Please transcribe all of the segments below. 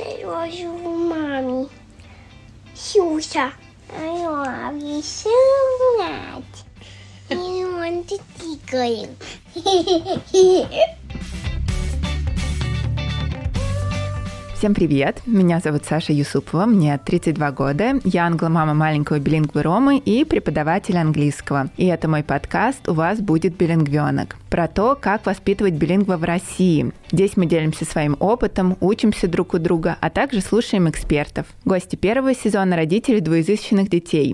Сережу маме. Сюша. I love you so much. I want to tickle you. Всем привет! Меня зовут Саша Юсупова, мне 32 года, я англомама маленького билингва Ромы и преподаватель английского. И это мой подкаст «У вас будет билингвенок» про то, как воспитывать билингва в России. Здесь мы делимся своим опытом, учимся друг у друга, а также слушаем экспертов. Гости первого сезона – родители двуязычных детей.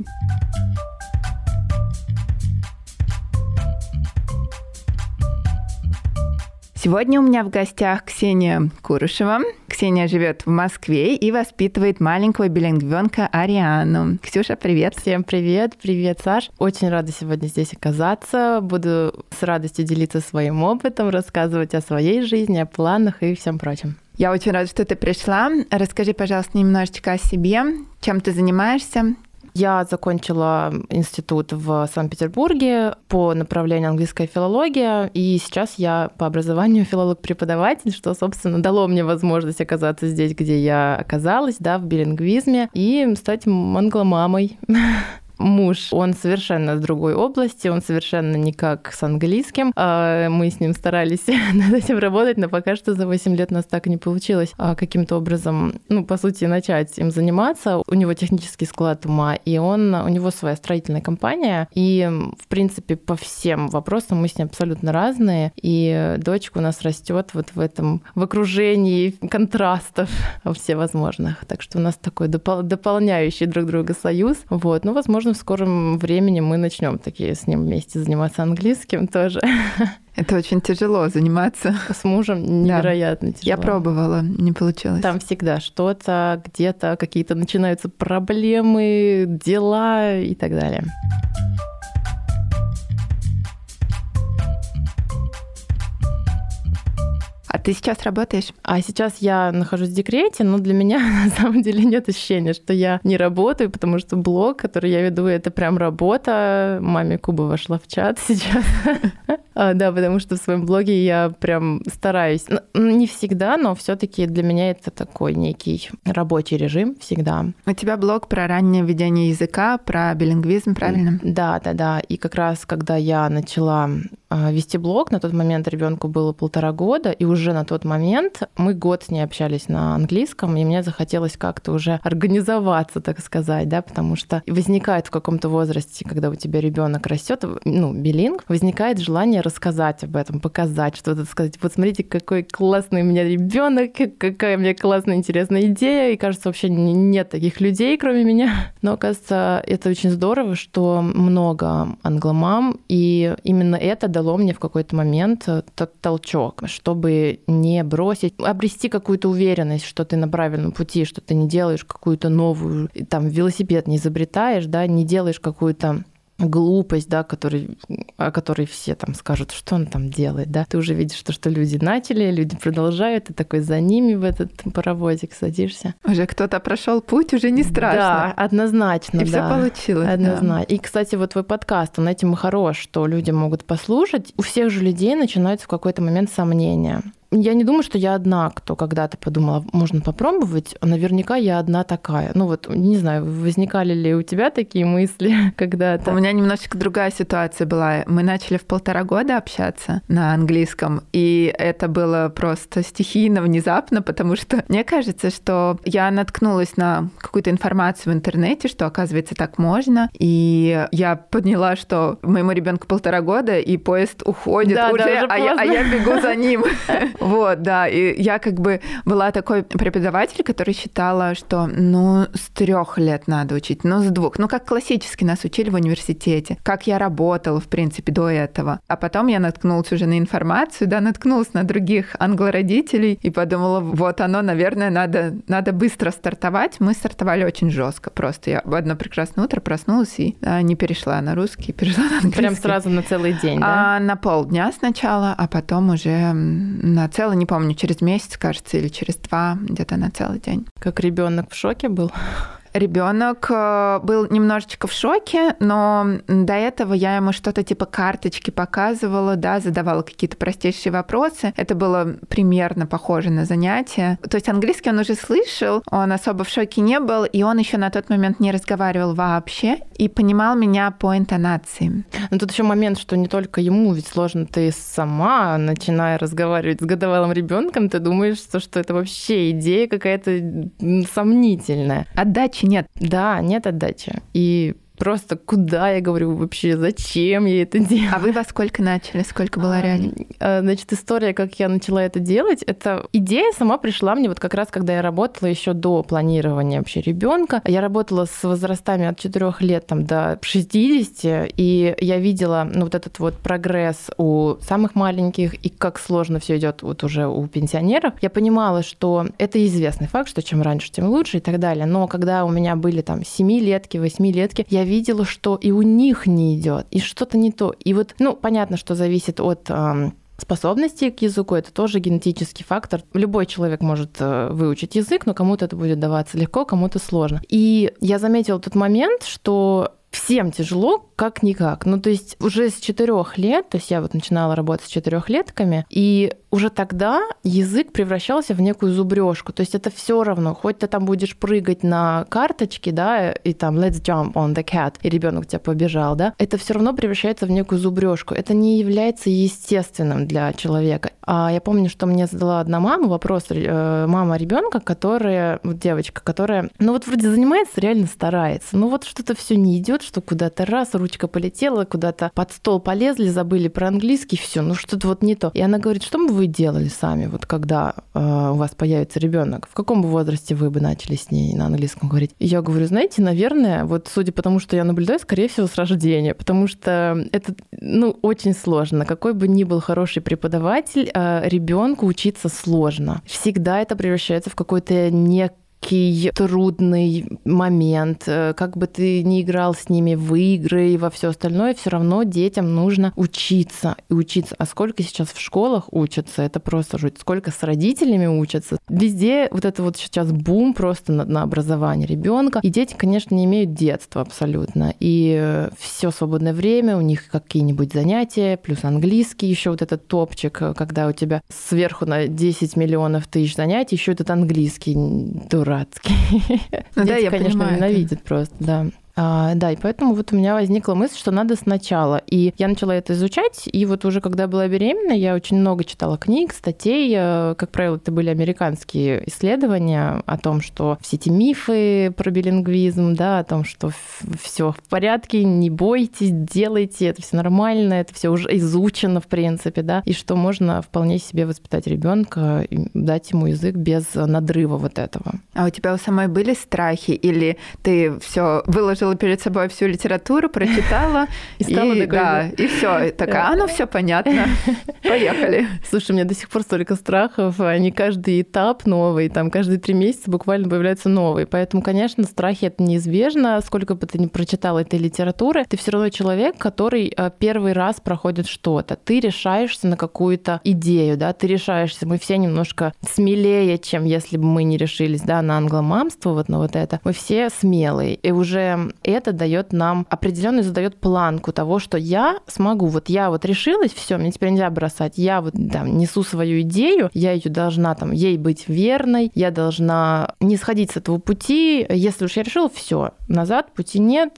Сегодня у меня в гостях Ксения Курышева. Ксения живет в Москве и воспитывает маленького билингвенка Ариану. Ксюша, привет. Всем привет. Привет, Саш. Очень рада сегодня здесь оказаться. Буду с радостью делиться своим опытом, рассказывать о своей жизни, о планах и всем прочем. Я очень рада, что ты пришла. Расскажи, пожалуйста, немножечко о себе. Чем ты занимаешься? Я закончила институт в Санкт-Петербурге по направлению английская филология, и сейчас я по образованию филолог-преподаватель, что, собственно, дало мне возможность оказаться здесь, где я оказалась, да, в билингвизме, и стать англомамой. Муж, он совершенно с другой области, он совершенно не как с английским. Мы с ним старались над этим работать, но пока что за 8 лет у нас так и не получилось каким-то образом, по сути, начать им заниматься. У него технический склад ума, и у него своя строительная компания, и, в принципе, по всем вопросам мы с ним абсолютно разные, и дочка у нас растет вот в окружении контрастов всевозможных. Так что у нас такой дополняющий друг друга союз. Возможно, в скором времени мы начнем такие с ним вместе заниматься английским тоже. Это очень тяжело заниматься. С мужем невероятно тяжело. Я пробовала, не получилось. Там всегда что-то, где-то какие-то начинаются проблемы, дела и так далее. А ты сейчас работаешь? А сейчас я нахожусь в декрете, но для меня на самом деле нет ощущения, что я не работаю, потому что блог, который я веду, это прям работа. Маме Куба вошла в чат сейчас. Да, потому что в своем блоге я прям стараюсь. Не всегда, но все-таки для меня это такой некий рабочий режим всегда. У тебя блог про раннее введение языка, про билингвизм, правильно? Да. И как раз, когда я начала вести блог, на тот момент ребенку было 1,5 года, и уже на тот момент мы год с ней общались на английском, и мне захотелось как-то уже организоваться, так сказать, да, потому что возникает в каком-то возрасте, когда у тебя ребенок растет, билинг, возникает желание рассказать об этом, показать что-то, сказать, вот смотрите, какой классный у меня ребенок, какая у меня классная, интересная идея, и кажется, вообще нет таких людей, кроме меня. Но, кажется, это очень здорово, что много англомам, и именно это дало мне в какой-то момент тот толчок, чтобы не бросить, обрести какую-то уверенность, что ты на правильном пути, что ты не делаешь какую-то новую, там, велосипед не изобретаешь, да, не делаешь какую-то глупость, да, о которой все там скажут, что он там делает, да. Ты уже видишь, что люди начали, люди продолжают, ты такой за ними в этот паровозик садишься. Уже кто-то прошел путь, уже не страшно. Да, однозначно, и все получилось. Однозначно. Да. И, кстати, вот твой подкаст, он этим и хорош, что люди могут послушать. У всех же людей начинаются в какой-то момент сомнения. Я не думаю, что я одна, кто когда-то подумала, можно попробовать. Наверняка я одна такая. Не знаю, возникали ли у тебя такие мысли когда-то? У меня немножечко другая ситуация была. Мы начали в 1,5 года общаться на английском, и это было просто стихийно, внезапно, потому что мне кажется, что я наткнулась на какую-то информацию в интернете, что, оказывается, так можно, и я поняла, что моему ребенку 1,5 года, и поезд уходит уже, а я бегу за ним. Вот, да, и я была такой преподаватель, который считала, что, с 3 лет надо учить, с 2. Как классически нас учили в университете, как я работала, в принципе, до этого. А потом я наткнулась уже на информацию, да, наткнулась на других англородителей и подумала, вот оно, наверное, надо быстро стартовать. Мы стартовали очень жестко, просто я в одно прекрасное утро проснулась и не перешла на русский, перешла на английский. Прям сразу на целый день, да? На полдня сначала, а потом уже на целый, не помню, через месяц, кажется, или через 2, где-то на целый день. Как ребенок в шоке был? Ребенок был немножечко в шоке, но до этого я ему что-то типа карточки показывала, да, задавала какие-то простейшие вопросы. Это было примерно похоже на занятие. То есть английский он уже слышал, он особо в шоке не был, и он еще на тот момент не разговаривал вообще и понимал меня по интонации. Но тут еще момент, что не только ему, ведь сложно, ты сама, начиная разговаривать с годовалым ребенком, ты думаешь, что это вообще идея какая-то сомнительная. Отдачи нет. Да, нет отдачи. И просто куда, я говорю, вообще, зачем я это делаю? А вы во сколько начали? Сколько было реально? Значит, история, как я начала это делать, это идея сама пришла мне вот как раз, когда я работала еще до планирования вообще ребенка. Я работала с возрастами от 4 лет там, до 60, и я видела вот этот вот прогресс у самых маленьких, и как сложно все идет вот уже у пенсионеров. Я понимала, что это известный факт, что чем раньше, тем лучше и так далее. Но когда у меня были там 7-летки, 8-летки, я видела, что и у них не идет, и что-то не то. И вот, понятно, что зависит от способности к языку, это тоже генетический фактор. Любой человек может выучить язык, но кому-то это будет даваться легко, кому-то сложно. И я заметила тот момент, что всем тяжело, как-никак. То есть уже с 4 лет, то есть я вот начинала работать с 4-летками, и уже тогда язык превращался в некую зубрежку. То есть это все равно, хоть ты там будешь прыгать на карточке, да, и там let's jump on the cat, и ребенок у тебя побежал, да, это все равно превращается в некую зубрежку. Это не является естественным для человека. А я помню, что мне задала одна мама вопрос, мама ребенка, которая, вот девочка, которая, вроде занимается, реально старается, что-то все не идет, что куда-то раз, ручка полетела, куда-то под стол полезли, забыли про английский, все, что-то вот не то. И она говорит, что бы вы делали сами, вот когда у вас появится ребенок? В каком бы возрасте вы бы начали с ней на английском говорить? И я говорю, знаете, наверное, вот судя по тому, что я наблюдаю, скорее всего, с рождения, потому что это, очень сложно. Какой бы ни был хороший преподаватель, ребенку учиться сложно. Всегда это превращается в какой-то трудный момент, как бы ты ни играл с ними в игры и во все остальное, все равно детям нужно учиться и учиться. А сколько сейчас в школах учатся, это просто жуть. Сколько с родителями учатся. Везде вот это вот сейчас бум просто на образование ребенка. И дети, конечно, не имеют детства абсолютно. И все свободное время, у них какие-нибудь занятия, плюс английский, еще вот этот топчик, когда у тебя сверху на 10 миллионов тысяч занятий, еще этот английский дурацкий. Дети, я конечно, понимаю, ненавидят просто, да. Да, и поэтому вот у меня возникла мысль, что надо сначала. И я начала это изучать, и вот уже когда была беременна, я очень много читала книг, статей. Как правило, это были американские исследования о том, что все эти мифы про билингвизм, да, о том, что все в порядке, не бойтесь, делайте, это все нормально, это все уже изучено, в принципе, да, и что можно вполне себе воспитать ребенка и дать ему язык без надрыва вот этого. А у тебя у самой были страхи, или ты все выложила перед собой всю литературу, прочитала и стала такой, да, и все, такая, все понятно, поехали. Слушай, у меня до сих пор столько страхов, они каждый этап новый, там каждые 3 месяца буквально появляются новые, поэтому, конечно, страхи это неизбежно, сколько бы ты ни прочитала этой литературы, ты все равно человек, который первый раз проходит что-то, ты решаешься на какую-то идею, да, ты решаешься, мы все немножко смелее, чем если бы мы не решились, да, на англомамство, вот на вот это, мы все смелые, и уже это дает нам определенную, задает планку того, что я смогу, вот я вот решилась, все, мне теперь нельзя бросать, я вот там несу свою идею, я ее должна там ей быть верной, я должна не сходить с этого пути, если уж я решила, все, назад пути нет,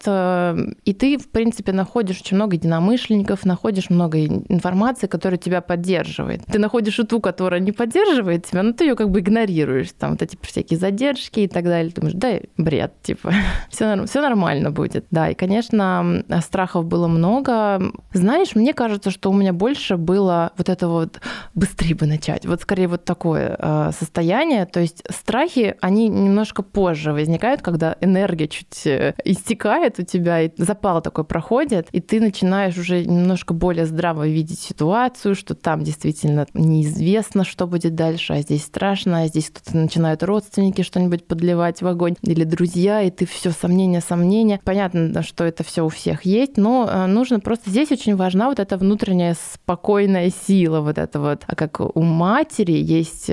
и ты, в принципе, находишь очень много единомышленников, находишь много информации, которая тебя поддерживает. Ты находишь и ту, которая не поддерживает тебя, но ты ее как бы игнорируешь, там вот эти всякие задержки и так далее, ты думаешь, да, бред, типа, все нормально будет. Да, и, конечно, страхов было много. Знаешь, мне кажется, что у меня больше было вот это вот быстрее бы начать. Вот скорее вот такое состояние. То есть страхи, они немножко позже возникают, когда энергия чуть истекает у тебя, и запал такой проходит, и ты начинаешь уже немножко более здраво видеть ситуацию, что там действительно неизвестно, что будет дальше, а здесь страшно, а здесь кто-то начинают родственники что-нибудь подливать в огонь, или друзья, и ты все сомнения, волнения. Понятно, что это все у всех есть, но нужно просто... Здесь очень важна вот эта внутренняя спокойная сила, вот это вот. А как у матери есть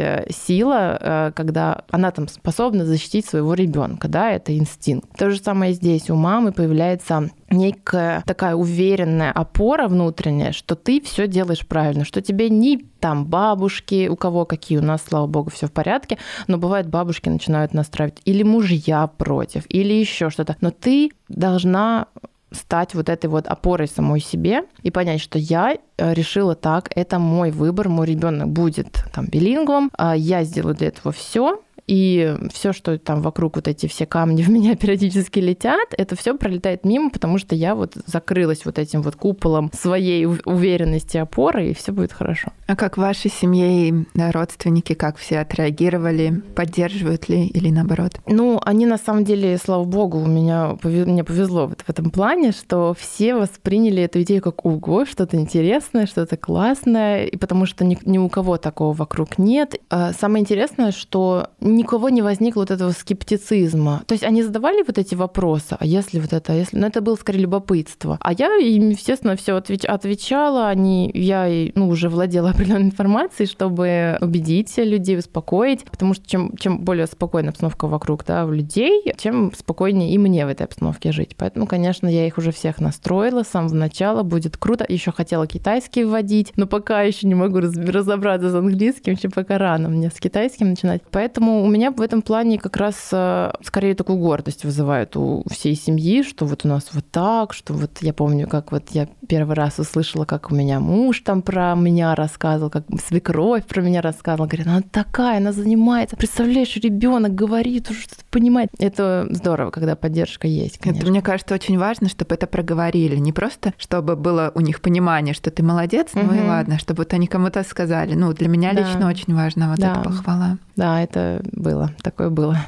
сила, когда она там способна защитить своего ребенка, да, это инстинкт. То же самое здесь. У мамы появляется некая такая уверенная опора внутренняя, что ты все делаешь правильно, что тебе ни там бабушки, у кого какие, у нас, слава богу, все в порядке, но бывает, бабушки начинают настраивать, или мужья против, или еще что-то. Но ты должна стать вот этой вот опорой самой себе и понять, что я решила так, это мой выбор, мой ребенок будет там билингвом, я сделаю для этого все. И все, что там вокруг, вот эти все камни в меня периодически летят, это все пролетает мимо, потому что я вот закрылась вот этим вот куполом своей уверенности, опоры, и все будет хорошо. А как в вашей семье и родственники, как все отреагировали? Поддерживают ли или наоборот? Ну, они на самом деле, слава богу, мне повезло вот в этом плане, что все восприняли эту идею как ого, что-то интересное, что-то классное, и потому что ни у кого такого вокруг нет. Самое интересное, что никого не возникло вот этого скептицизма. То есть они задавали вот эти вопросы, а если вот это, если... Ну, это было скорее любопытство. А я им, естественно, все отвечала, я уже владела определенной информацией, чтобы убедить людей, успокоить, потому что чем более спокойная обстановка вокруг, да, у людей, тем спокойнее и мне в этой обстановке жить. Поэтому, конечно, я их уже всех настроила с самого начала, будет круто. Еще хотела китайский вводить, но пока еще не могу разобраться с английским, еще пока рано мне с китайским начинать. Поэтому у меня в этом плане как раз скорее такую гордость вызывает у всей семьи, что вот у нас вот так, что вот я помню, как вот я первый раз услышала, как у меня муж там про меня рассказывал, как свекровь про меня рассказывала, говорит, она такая, она занимается, представляешь, ребенок говорит, уже что-то понимает. Это здорово, когда поддержка есть, конечно. Это, мне кажется, очень важно, чтобы это проговорили, не просто, чтобы было у них понимание, что ты молодец, ну и ладно, чтобы вот они кому-то сказали. Ну, для меня лично очень важна вот эта похвала. Да, это было, такое было.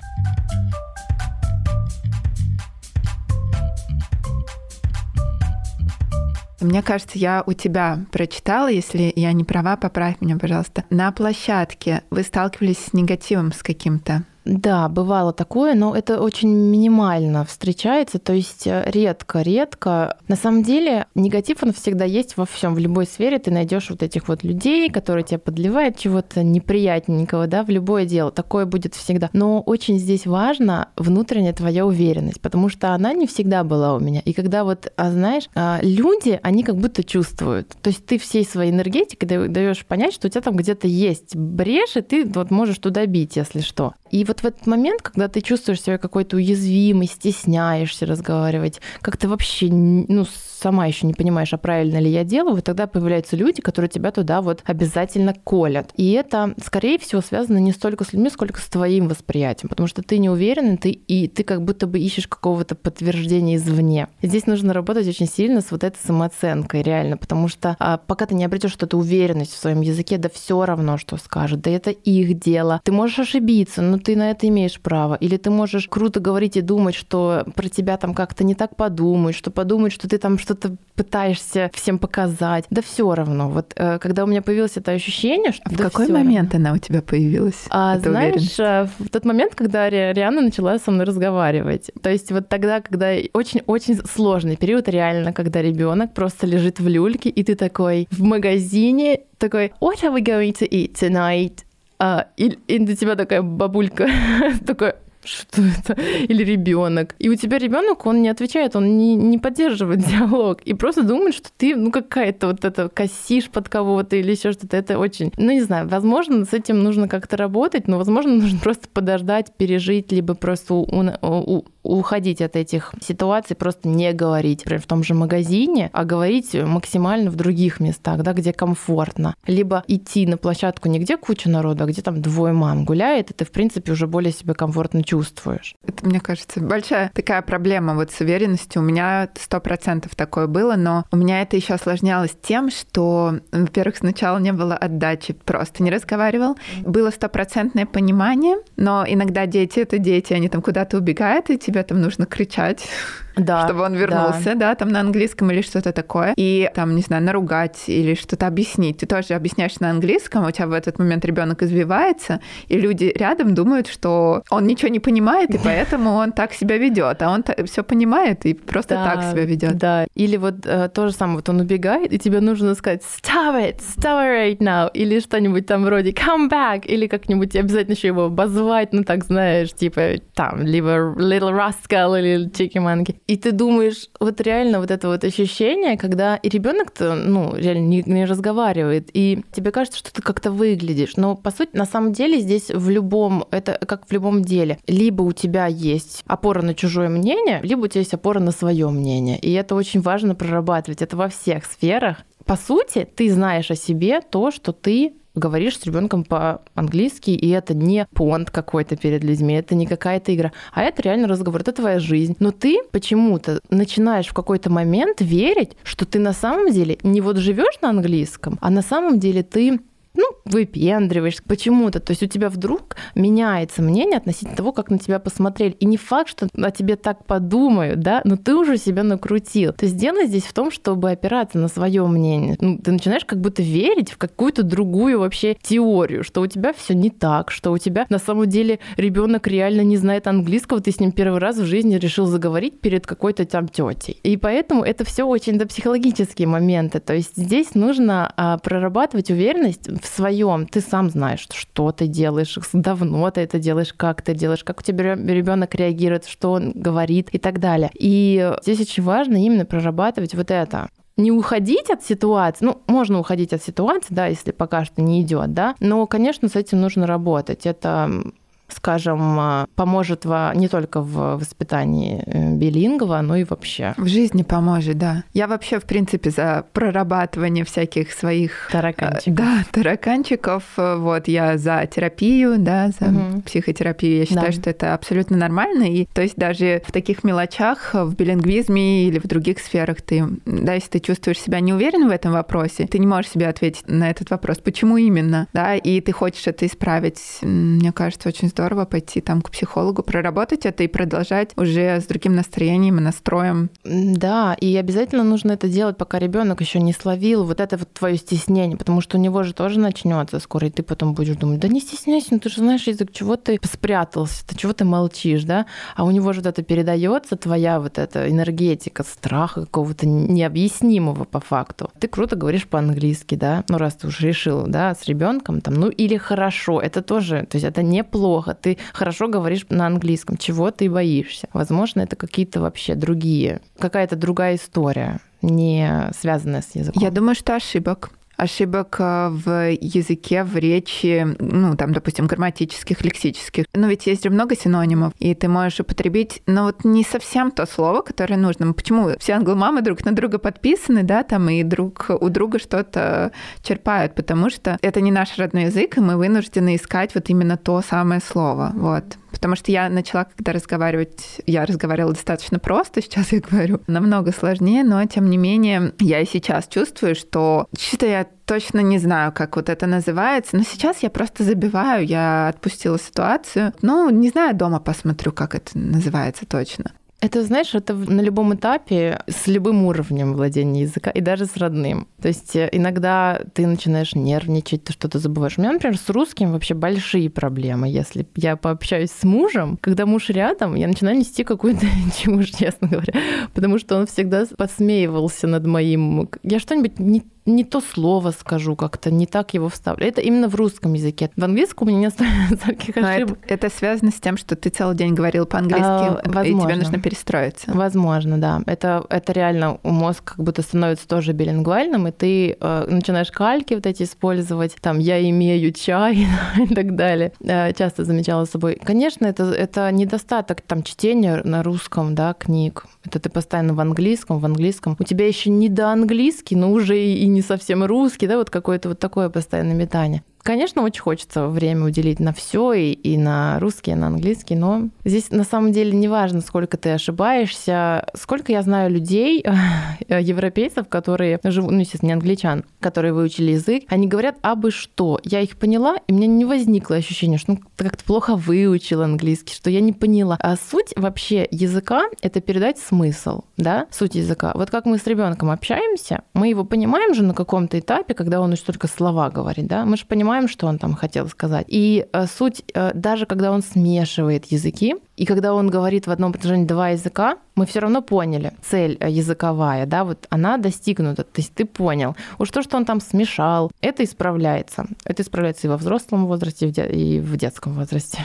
Мне кажется, я у тебя прочитала, если я не права, поправь меня, пожалуйста. На площадке вы сталкивались с негативом с каким-то? Да, бывало такое, но это очень минимально встречается, то есть редко. На самом деле негатив, он всегда есть во всем, в любой сфере ты найдешь вот этих вот людей, которые тебе подливают чего-то неприятненького, да, в любое дело, такое будет всегда. Но очень здесь важна внутренняя твоя уверенность, потому что она не всегда была у меня. И когда вот, знаешь, люди, они как будто чувствуют, то есть ты всей своей энергетикой даешь понять, что у тебя там где-то есть брешь, и ты вот можешь туда бить, если что. И вот в этот момент, когда ты чувствуешь себя какой-то уязвимой, стесняешься разговаривать, как-то вообще, сама еще не понимаешь, а правильно ли я делаю, вот тогда появляются люди, которые тебя туда вот обязательно колят. И это, скорее всего, связано не столько с людьми, сколько с твоим восприятием, потому что ты не уверен, ты как будто бы ищешь какого-то подтверждения извне. И здесь нужно работать очень сильно с вот этой самооценкой, реально, потому что пока ты не обретешь эту уверенность в своем языке, да все равно, что скажут, да это их дело. Ты можешь ошибиться, но ты на это имеешь право. Или ты можешь круто говорить и думать, что про тебя там как-то не так подумают, что ты там что-то пытаешься всем показать. Да все равно. Вот когда у меня появилось это ощущение, что... В какой момент она у тебя появилась? Знаешь, в тот момент, когда Рианна начала со мной разговаривать. То есть вот тогда, когда очень-очень сложный период, реально, когда ребенок просто лежит в люльке, и ты такой в магазине, такой, what are we going to eat tonight? И до тебя такая бабулька, такая, что это? Или ребенок. И у тебя ребенок, он не отвечает, он не поддерживает диалог. И просто думает, что ты, какая-то вот это косишь под кого-то или еще что-то. Это очень, не знаю, возможно, с этим нужно как-то работать, но, возможно, нужно просто подождать, пережить, либо просто уходить от этих ситуаций, просто не говорить, например, в том же магазине, а говорить максимально в других местах, да, где комфортно. Либо идти на площадку не где куча народа, а где там 2 мам гуляет, и ты, в принципе, уже более себя комфортно чувствуешь. Это, мне кажется, большая такая проблема вот с уверенностью. У меня 100% такое было, но у меня это еще осложнялось тем, что, во-первых, сначала не было отдачи, просто не разговаривал. Было 100% понимание, но иногда дети — это дети, они там куда-то убегают, и тебе там нужно кричать. Да, чтобы он вернулся, да, там на английском или что-то такое, и там, не знаю, наругать или что-то объяснить. Ты тоже объясняешь на английском, у тебя в этот момент ребенок извивается, и люди рядом думают, что он ничего не понимает, и поэтому он так себя ведет, а он все понимает и просто так себя ведет. Да, или вот то же самое, вот он убегает, и тебе нужно сказать stop it right now, или что-нибудь там вроде come back, или как-нибудь обязательно еще его обозвать, ну так знаешь, типа там, либо little rascal, или cheeky monkey. И ты думаешь, вот реально вот это вот ощущение, когда и ребенок-то, ну, реально не разговаривает, и тебе кажется, что ты как-то выглядишь. Но, по сути, на самом деле здесь это как в любом деле. Либо у тебя есть опора на чужое мнение, либо у тебя есть опора на свое мнение. И это очень важно прорабатывать. Это во всех сферах. По сути, ты знаешь о себе то, что ты говоришь с ребенком по-английски, и это не понт какой-то перед людьми, это не какая-то игра, а это реально разговор, это твоя жизнь. Но ты почему-то начинаешь в какой-то момент верить, что ты на самом деле не вот живешь на английском, а на самом деле ты выпендриваешься почему-то. То есть у тебя вдруг меняется мнение относительно того, как на тебя посмотрели. И не факт, что о тебе так подумают, да, но ты уже себя накрутил. То есть дело здесь в том, чтобы опираться на свое мнение. Ты начинаешь как будто верить в какую-то другую вообще теорию, что у тебя все не так, что у тебя на самом деле ребенок реально не знает английского, ты с ним первый раз в жизни решил заговорить перед какой-то там тетей. И поэтому это все очень психологические моменты. То есть здесь нужно прорабатывать уверенность в своем. Ты сам знаешь, что ты делаешь, давно ты это делаешь, как ты делаешь, как у тебя ребенок реагирует, что он говорит и так далее. И здесь очень важно именно прорабатывать вот это. Не уходить от ситуации, можно уходить от ситуации, да, если пока что не идет, да, но, конечно, с этим нужно работать. Это, скажем, поможет не только в воспитании билингва, но и вообще. В жизни поможет, да. Я вообще, в принципе, за прорабатывание всяких своих... Тараканчиков. Да, тараканчиков. Вот, я за терапию, да, за психотерапию. Я считаю, что это абсолютно нормально. И, то есть даже в таких мелочах, в билингвизме или в других сферах, если ты чувствуешь себя неуверенно в этом вопросе, ты не можешь себе ответить на этот вопрос, почему именно, да, и ты хочешь это исправить. Мне кажется, очень здорово пойти там к психологу, проработать это и продолжать уже с другим настроением и настроем. Да, и обязательно нужно это делать, пока ребенок еще не словил вот это вот твое стеснение, потому что у него же тоже начнется скоро, и ты потом будешь думать, да не стесняйся, ты же знаешь язык, чего ты спрятался, чего ты молчишь, да? А у него же вот это передается, твоя вот эта энергетика страха какого-то необъяснимого по факту. Ты круто говоришь по-английски, да? Раз ты уже решил, да, с ребенком там, или хорошо, это тоже, то есть это неплохо. Ты хорошо говоришь на английском, чего ты боишься. Возможно, это какая-то другая история, не связанная с языком. Я думаю, что ошибок в языке, в речи, допустим, грамматических, лексических. Но ведь есть же много синонимов, и ты можешь употребить, не совсем то слово, которое нужно. Почему? Все англомамы друг на друга подписаны, да, там, и друг у друга что-то черпают, потому что это не наш родной язык, и мы вынуждены искать вот именно то самое слово, вот. Потому что я начала, когда я разговаривала достаточно просто, сейчас я говорю намного сложнее, но тем не менее я и сейчас чувствую, что я точно не знаю, как вот это называется, но сейчас я просто забиваю, я отпустила ситуацию. Не знаю, дома посмотрю, как это называется точно. Это, знаешь, это на любом этапе с любым уровнем владения языка, и даже с родным. То есть иногда ты начинаешь нервничать, ты что-то забываешь. У меня, например, с русским вообще большие проблемы. Если я пообщаюсь с мужем, когда муж рядом, я начинаю нести какую-то чушь, честно говоря, потому что он всегда подсмеивался над моим... Я что-нибудь не то слово скажу как-то, не так его вставлю. Это именно в русском языке. В английском у меня не остается таких ошибок. Это связано с тем, что ты целый день говорил по-английски, и тебе нужно перестроиться. Возможно, да. Это реально мозг как будто становится тоже билингвальным, и ты начинаешь кальки вот эти использовать, там, я имею чай и так далее. Часто замечала с собой. Конечно, это недостаток там чтения на русском, да, книг. Это ты постоянно в английском. У тебя еще не до английский, но уже и не совсем русский, да, вот какое-то вот такое постоянное метание. Конечно, очень хочется время уделить на все и на русский, и на английский, но здесь на самом деле не важно, сколько ты ошибаешься. Сколько я знаю людей, европейцев, которые живут, ну, естественно, не англичан, которые выучили язык, они говорят абы что. Я их поняла, и у меня не возникло ощущение, что ты как-то плохо выучил английский, что я не поняла. А суть вообще языка — это передать смысл, да, суть языка. Вот как мы с ребенком общаемся, мы его понимаем же на каком-то этапе, когда он еще только слова говорит, да, мы же понимаем, что он там хотел сказать. И суть, даже когда он смешивает языки, и когда он говорит в одном предложении два языка, мы все равно поняли, цель языковая, да, вот она достигнута, то есть ты понял. Уж то, что он там смешал, это исправляется. Это исправляется и во взрослом возрасте, и в детском возрасте.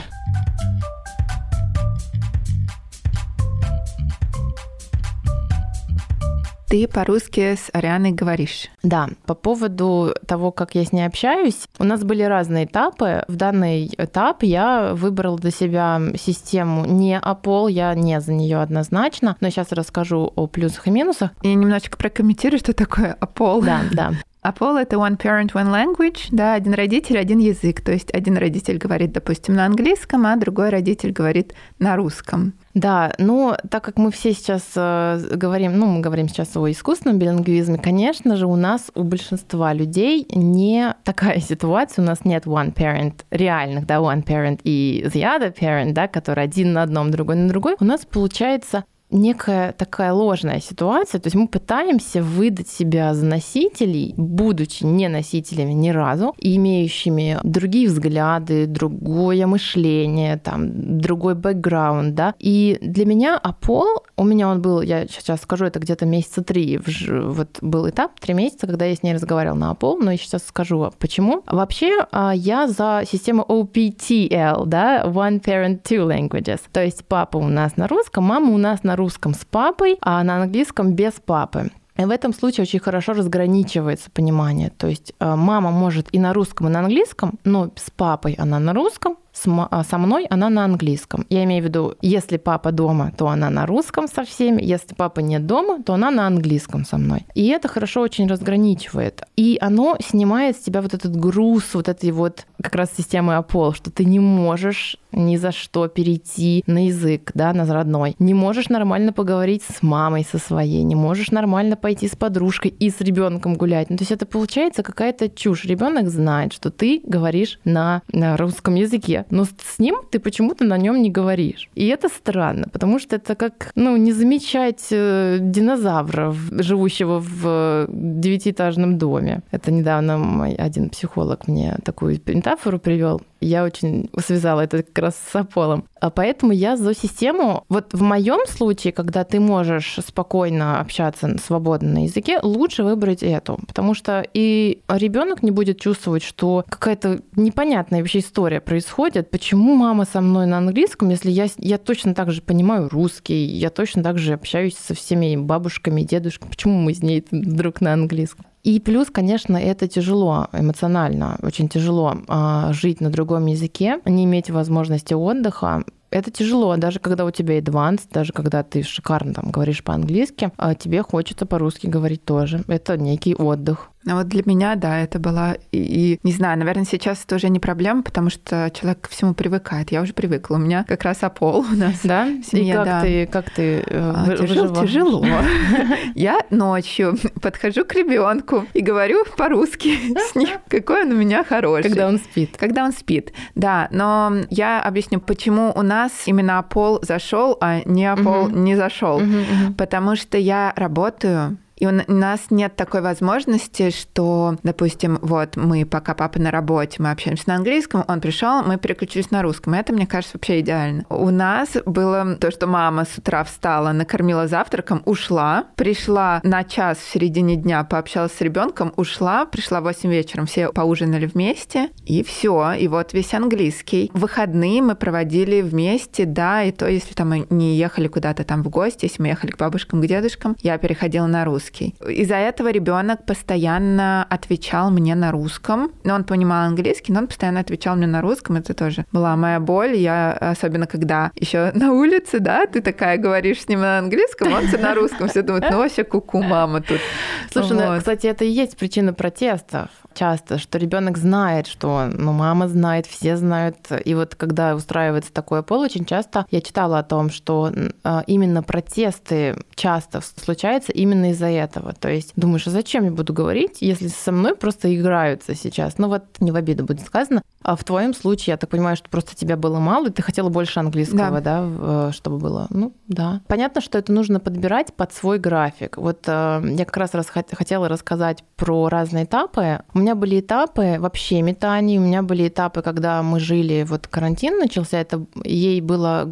Ты по-русски с Арианой говоришь. Да, по поводу того, как я с ней общаюсь, у нас были разные этапы. В данный этап я выбрала для себя систему не АПОЛ, я не за нее однозначно, но сейчас расскажу о плюсах и минусах. И немножечко прокомментирую, что такое АПОЛ. Да. АПОЛ — это one parent, one language, да, один родитель, один язык. То есть один родитель говорит, допустим, на английском, а другой родитель говорит на русском. Да, но так как мы все сейчас говорим, мы говорим сейчас о искусственном билингвизме, конечно же, у большинства людей не такая ситуация, у нас нет one parent реальных, да, one parent и the other parent, да, который один на одном, другой на другой. У нас получается некая такая ложная ситуация, то есть мы пытаемся выдать себя за носителей, будучи не носителями ни разу, и имеющими другие взгляды, другое мышление, там, другой бэкграунд, да. И для меня АПОЛ, у меня он был, я сейчас скажу, это где-то месяца 3, вот был этап 3 месяца, когда я с ней разговаривала на АПОЛ, но я сейчас скажу, почему. Вообще, я за систему OPTL, да, One Parent, Two Languages, то есть папа у нас на русском, мама у нас на русском с папой, а на английском без папы. И в этом случае очень хорошо разграничивается понимание. То есть мама может и на русском, и на английском, но с папой она на русском, со мной она на английском. Я имею в виду, если папа дома, то она на русском со всеми, если папа нет дома, то она на английском со мной. И это хорошо очень разграничивает. И оно снимает с тебя вот этот груз, вот этой вот как раз системы АПОЛ, что ты не можешь ни за что перейти на язык, да, на родной. Не можешь нормально поговорить с мамой со своей, не можешь нормально пойти с подружкой и с ребенком гулять. Ну, то есть это получается какая-то чушь. Ребенок знает, что ты говоришь на русском языке, но с ним ты почему-то на нем не говоришь. И это странно, потому что это как, не замечать динозавра, живущего в 9-этажном доме. Это недавно мой один психолог мне такую метафору привел. Я очень связала это как раз с АПОЛом. А поэтому я за систему. Вот в моем случае, когда ты можешь спокойно общаться свободно на языке, лучше выбрать эту. Потому что и ребенок не будет чувствовать, что какая-то непонятная вообще история происходит. Почему мама со мной на английском, если я точно так же понимаю русский, я точно так же общаюсь со всеми бабушками и дедушками. Почему мы с ней вдруг на английском? И плюс, конечно, это тяжело эмоционально, очень тяжело жить на другом языке, не иметь возможности отдыха. Это тяжело, даже когда у тебя advanced, даже когда ты шикарно там говоришь по-английски, тебе хочется по-русски говорить тоже. Это некий отдых. А вот для меня, да, это была... И не знаю, наверное, сейчас это уже не проблема, потому что человек ко всему привыкает. Я уже привыкла. У меня как раз АПОЛ у нас. Да? Семья, и как ты выживала? Тяжело. Я ночью подхожу к ребенку и говорю по-русски с ним, какой он у меня хороший. Когда он спит. Когда он спит, да. Но я объясню, почему у нас именно АПОЛ зашел, а не АПОЛ не зашел. Потому что я работаю, и у нас нет такой возможности, что, допустим, вот мы, пока папа на работе, мы общаемся на английском, он пришел, мы переключились на русском. Это, мне кажется, вообще идеально. У нас было то, что мама с утра встала, накормила завтраком, ушла, пришла на час в середине дня, пообщалась с ребенком, ушла, пришла в 8 вечером, все поужинали вместе, и все. И вот весь английский. Выходные мы проводили вместе, да, и то, если там мы не ехали куда-то там в гости, если мы ехали к бабушкам, к дедушкам, я переходила на русский. английский. Из-за этого ребенок постоянно отвечал мне на русском. Но он понимал английский, но он постоянно отвечал мне на русском. Это тоже была моя боль. Я, особенно когда еще на улице, да, ты такая говоришь с ним на английском, он тебе на русском. Все думают, ну вообще куку, мама тут. Слушай, ну, кстати, это и есть причина протестов. Часто, что ребенок знает, что мама знает, все знают. И вот когда устраивается такой пол, очень часто я читала о том, что именно протесты часто случаются именно из-за этого. То есть думаешь, а зачем я буду говорить, если со мной просто играются сейчас? Ну вот не в обиду будет сказано. А в твоем случае, я так понимаю, что просто тебя было мало, и ты хотела больше английского, да, чтобы было. Ну да. Понятно, что это нужно подбирать под свой график. Вот я как раз хотела рассказать про разные этапы. У меня были этапы вообще метаний, у меня были этапы, когда мы жили, вот карантин начался, это ей было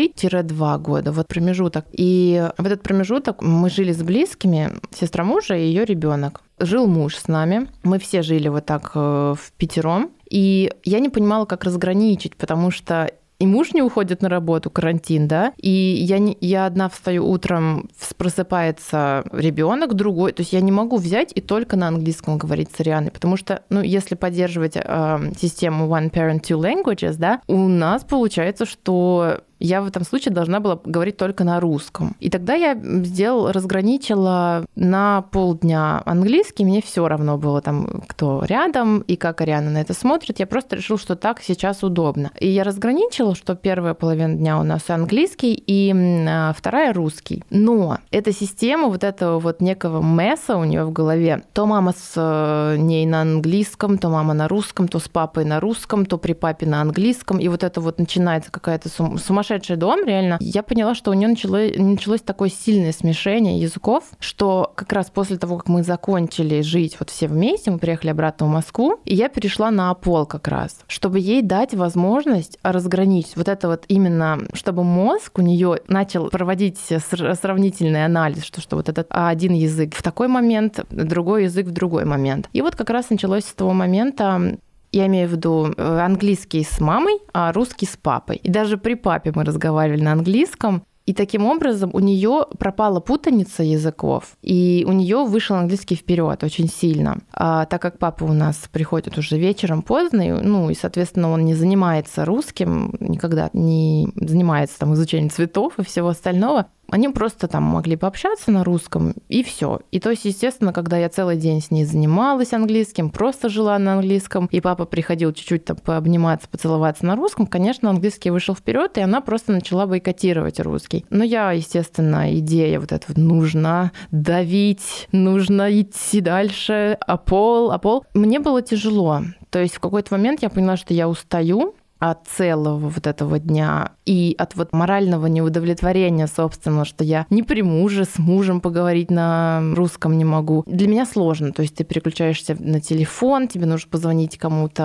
1,3-2 года, вот промежуток. И в этот промежуток мы жили с близкими, сестра мужа и ее ребенок. Жил муж с нами, мы все жили вот так впятером, и я не понимала, как разграничить, потому что и муж не уходит на работу, карантин, да, и я одна встаю утром, просыпается ребенок, другой, то есть я не могу взять и только на английском говорить с Арианой, потому что, ну, если поддерживать систему One Parent, Two Languages, да, у нас получается, что я в этом случае должна была говорить только на русском. И тогда я разграничила на полдня английский, мне все равно было там, кто рядом и как Ариана на это смотрит. Я просто решила, что так сейчас удобно. И я разграничила, что первая половина дня у нас английский и вторая русский. Но эта система вот этого вот некого месса у нее в голове, то мама с ней на английском, то мама на русском, то с папой на русском, то при папе на английском, и вот это вот начинается какая-то сумасшедший дом, реально, я поняла, что у нее началось такое сильное смешение языков, что как раз после того, как мы закончили жить вот все вместе, мы приехали обратно в Москву, и я перешла на АПОЛ как раз, чтобы ей дать возможность разграничить вот это вот именно, чтобы мозг у нее начал проводить сравнительный анализ, что вот этот один язык в такой момент, другой язык в другой момент. И вот как раз началось с того момента. Я имею в виду английский с мамой, а русский с папой. И даже при папе мы разговаривали на английском. И таким образом у нее пропала путаница языков, и у нее вышел английский вперед очень сильно. Так как папа у нас приходит уже вечером поздно, и, соответственно, он не занимается русским, никогда не занимается там изучением цветов и всего остального, они просто там могли пообщаться на русском, и все. И то есть, естественно, когда я целый день с ней занималась английским, просто жила на английском, и папа приходил чуть-чуть там пообниматься, поцеловаться на русском, конечно, английский вышел вперед, и она просто начала бойкотировать русский. Но я, естественно, идея вот эта вот, нужно давить, нужно идти дальше, пол. Мне было тяжело. То есть в какой-то момент я поняла, что я устаю от целого вот этого дня и от вот морального неудовлетворения, собственно, что я не при муже, с мужем поговорить на русском не могу. Для меня сложно. То есть ты переключаешься на телефон, тебе нужно позвонить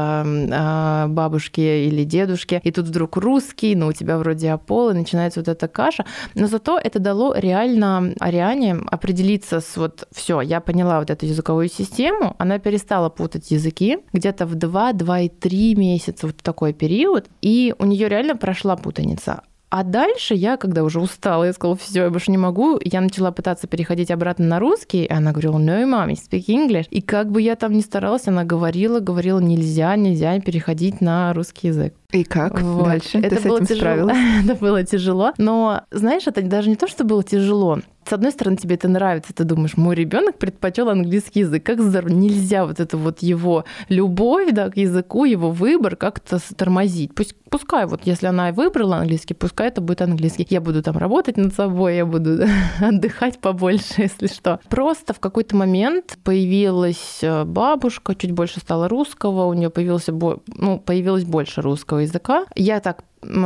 кому-то, бабушке или дедушке, и тут вдруг русский, но у тебя вроде АПОЛ, и начинается вот эта каша. Но зато это дало реально Ариане определиться с вот все, я поняла вот эту языковую систему, она перестала путать языки где-то в 2-2,3 месяца, вот такой период, и у нее реально прошла путаница. А дальше я, когда уже устала, я сказала, все, я больше не могу, я начала пытаться переходить обратно на русский, и она говорила, no, mom, speak English. И как бы я там ни старалась, она говорила, нельзя переходить на русский язык. И как вот. Дальше это ты с этим справилась? Это было тяжело. Но, знаешь, это даже не то, что было тяжело. С одной стороны, тебе это нравится, ты думаешь, мой ребенок предпочел английский язык, как здорово. Нельзя вот это вот его любовь, да, к языку, его выбор как-то тормозить. Пускай вот, если она выбрала английский, пускай это будет английский. Я буду там работать над собой, я буду отдыхать побольше, если что. Просто в какой-то момент появилась бабушка, чуть больше стало русского, у нее появилось больше русского языка. Я так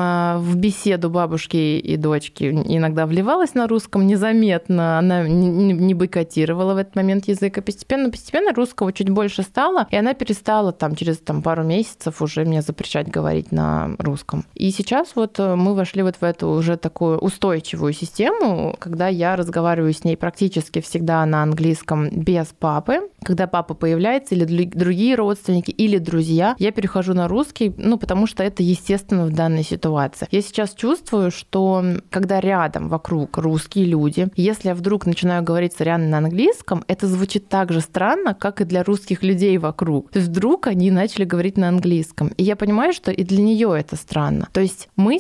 в беседу бабушки и дочки иногда вливалась на русском незаметно, она не бойкотировала в этот момент язык, постепенно русского чуть больше стало, и она перестала через пару месяцев уже мне запрещать говорить на русском. И сейчас вот мы вошли вот в эту уже такую устойчивую систему, когда я разговариваю с ней практически всегда на английском без папы. Когда папа появляется, или другие родственники, или друзья, я перехожу на русский, потому что это естественно в данной данной ситуации. Я сейчас чувствую, что когда рядом вокруг русские люди, если я вдруг начинаю говорить с Арианой на английском, это звучит так же странно, как и для русских людей вокруг. То есть вдруг они начали говорить на английском. И я понимаю, что и для нее это странно. То есть мы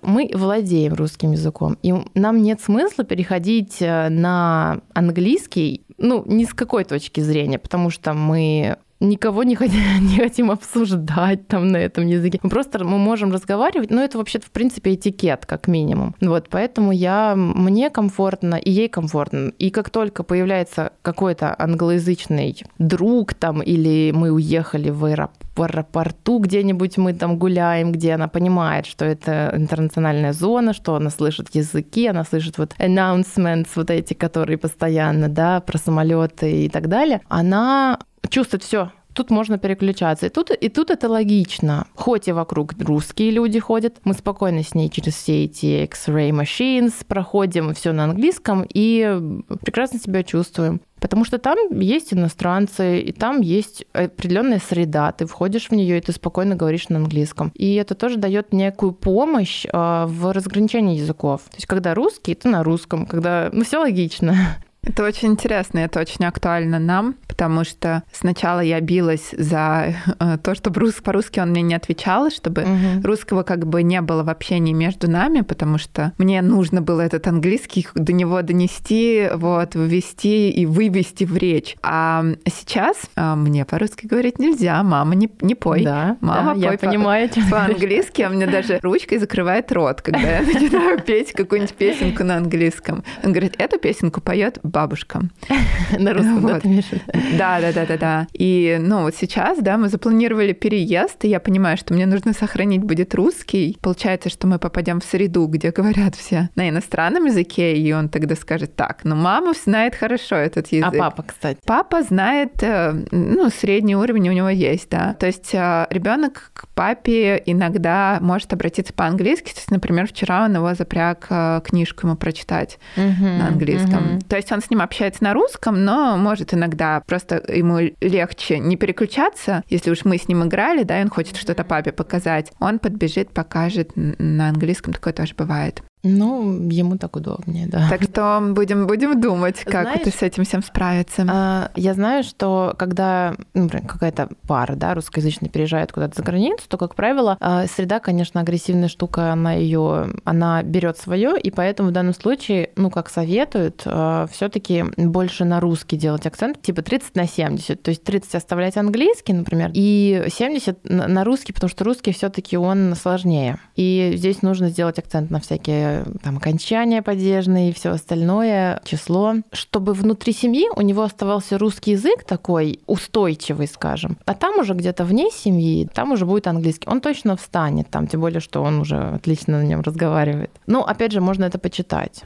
владеем русским языком, и нам нет смысла переходить на английский, ни с какой точки зрения, потому что мы никого не хотим обсуждать там на этом языке. Мы можем разговаривать, но это вообще-то, в принципе, этикет, как минимум. Поэтому мне комфортно, и ей комфортно. И как только появляется какой-то англоязычный друг там, или мы уехали в аэропорту где-нибудь, мы там гуляем, где она понимает, что это интернациональная зона, что она слышит языки, она слышит announcements эти, которые постоянно, про самолеты и так далее, она чувствует все. Тут можно переключаться. И тут это логично. Хоть и вокруг русские люди ходят, мы спокойно с ней через все эти X-ray machines проходим, все на английском, и прекрасно себя чувствуем. Потому что там есть иностранцы, и там есть определенная среда. Ты входишь в нее, и ты спокойно говоришь на английском. И это тоже дает некую помощь в разграничении языков. То есть, когда русский, то на русском, когда все логично. Это очень интересно, это очень актуально нам, потому что сначала я билась за то, чтобы по-русски он мне не отвечал, чтобы русского как бы не было в общении между нами, потому что мне нужно было этот английский до него донести, ввести и вывести в речь. А сейчас мне по-русски говорить нельзя, мама, не пой. Да, мама, пой я понимаю, по-английски, а мне даже ручкой закрывает рот, когда я начинаю петь какую-нибудь песенку на английском. Он говорит, эту песенку поет бабушка. На русском, да, ты имеешь в виду? Да. И, сейчас, мы запланировали переезд, и я понимаю, что мне нужно сохранить будет русский. Получается, что мы попадем в среду, где говорят все на иностранном языке, и он тогда скажет, так, мама знает хорошо этот язык. А папа, кстати? Папа знает, средний уровень у него есть, да. То есть ребенок к папе иногда может обратиться по-английски. То есть, например, вчера он его запряг книжку ему прочитать на английском. То есть он с ним общается на русском, но может иногда просто ему легче не переключаться, если уж мы с ним играли, и он хочет что-то папе показать, он подбежит, покажет на английском, такое тоже бывает. Ему так удобнее, да. Так что будем думать, как Знаешь, с этим всем справиться. Я знаю, что когда, например, какая-то пара, русскоязычная переезжает куда-то за границу, то, как правило, среда, конечно, агрессивная штука, она берет свое, и поэтому в данном случае, как советуют, все-таки больше на русский делать акцент, типа 30/70, то есть 30 оставлять английский, например, и 70 на русский, потому что русский все-таки он сложнее. И здесь нужно сделать акцент на всякие окончания падежные и все остальное, число, чтобы внутри семьи у него оставался русский язык такой устойчивый, скажем, а там уже где-то вне семьи, там уже будет английский. Он точно встанет там, тем более, что он уже отлично на нем разговаривает. Опять же, можно это почитать.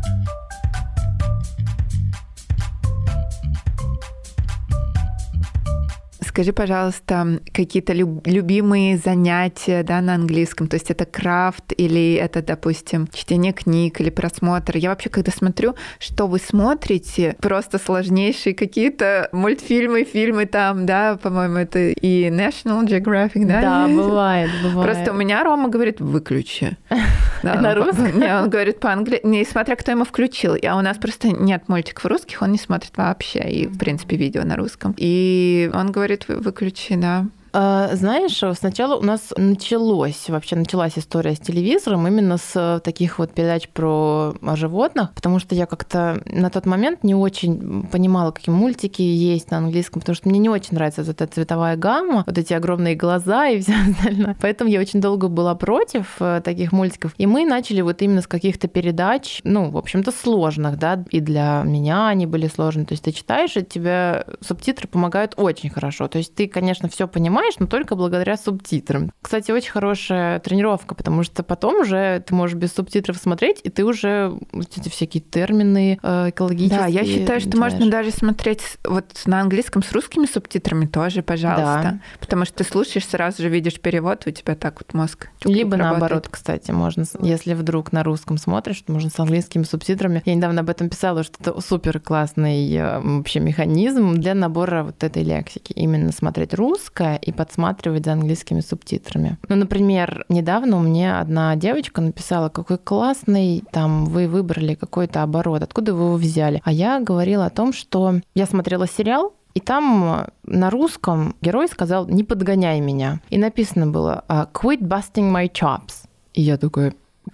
Скажи, пожалуйста, какие-то любимые занятия, на английском? То есть это крафт или это, допустим, чтение книг или просмотр? Я вообще, когда смотрю, что вы смотрите, просто сложнейшие какие-то мультфильмы, фильмы там, по-моему, это и National Geographic, да? Да, бывает. Просто у меня Рома говорит, выключи. На русском? Не, он говорит по-английски, несмотря кто ему включил. А у нас просто нет мультиков русских, он не смотрит вообще, и, в принципе, видео на русском. И он говорит, выключи, да. Знаешь, сначала у нас началась история с телевизором именно с таких передач про животных, потому что я как-то на тот момент не очень понимала, какие мультики есть на английском, потому что мне не очень нравится эта цветовая гамма, эти огромные глаза и все остальное. Поэтому я очень долго была против таких мультиков. И мы начали именно с каких-то передач, в общем-то, сложных, и для меня они были сложные. То есть ты читаешь, и тебе субтитры помогают очень хорошо. То есть ты, конечно, все понимаешь, но только благодаря субтитрам. Кстати, очень хорошая тренировка, потому что потом уже ты можешь без субтитров смотреть, и ты уже эти всякие термины экологические. Да, я считаю, что можно даже смотреть на английском с русскими субтитрами тоже, пожалуйста. Да. Потому что ты слушаешь, сразу же видишь перевод, у тебя так мозг либо работает. Наоборот, кстати, можно, если вдруг на русском смотришь, то можно с английскими субтитрами. Я недавно об этом писала, что это супер классный вообще механизм для набора этой лексики. Именно смотреть русское и подсматривать за английскими субтитрами. Ну, например, недавно мне одна девочка написала: какой классный, там, вы выбрали какой-то оборот, откуда вы его взяли? А я говорила о том, что я смотрела сериал, и там на русском герой сказал: не подгоняй меня. И написано было quit busting my chops. И я такая: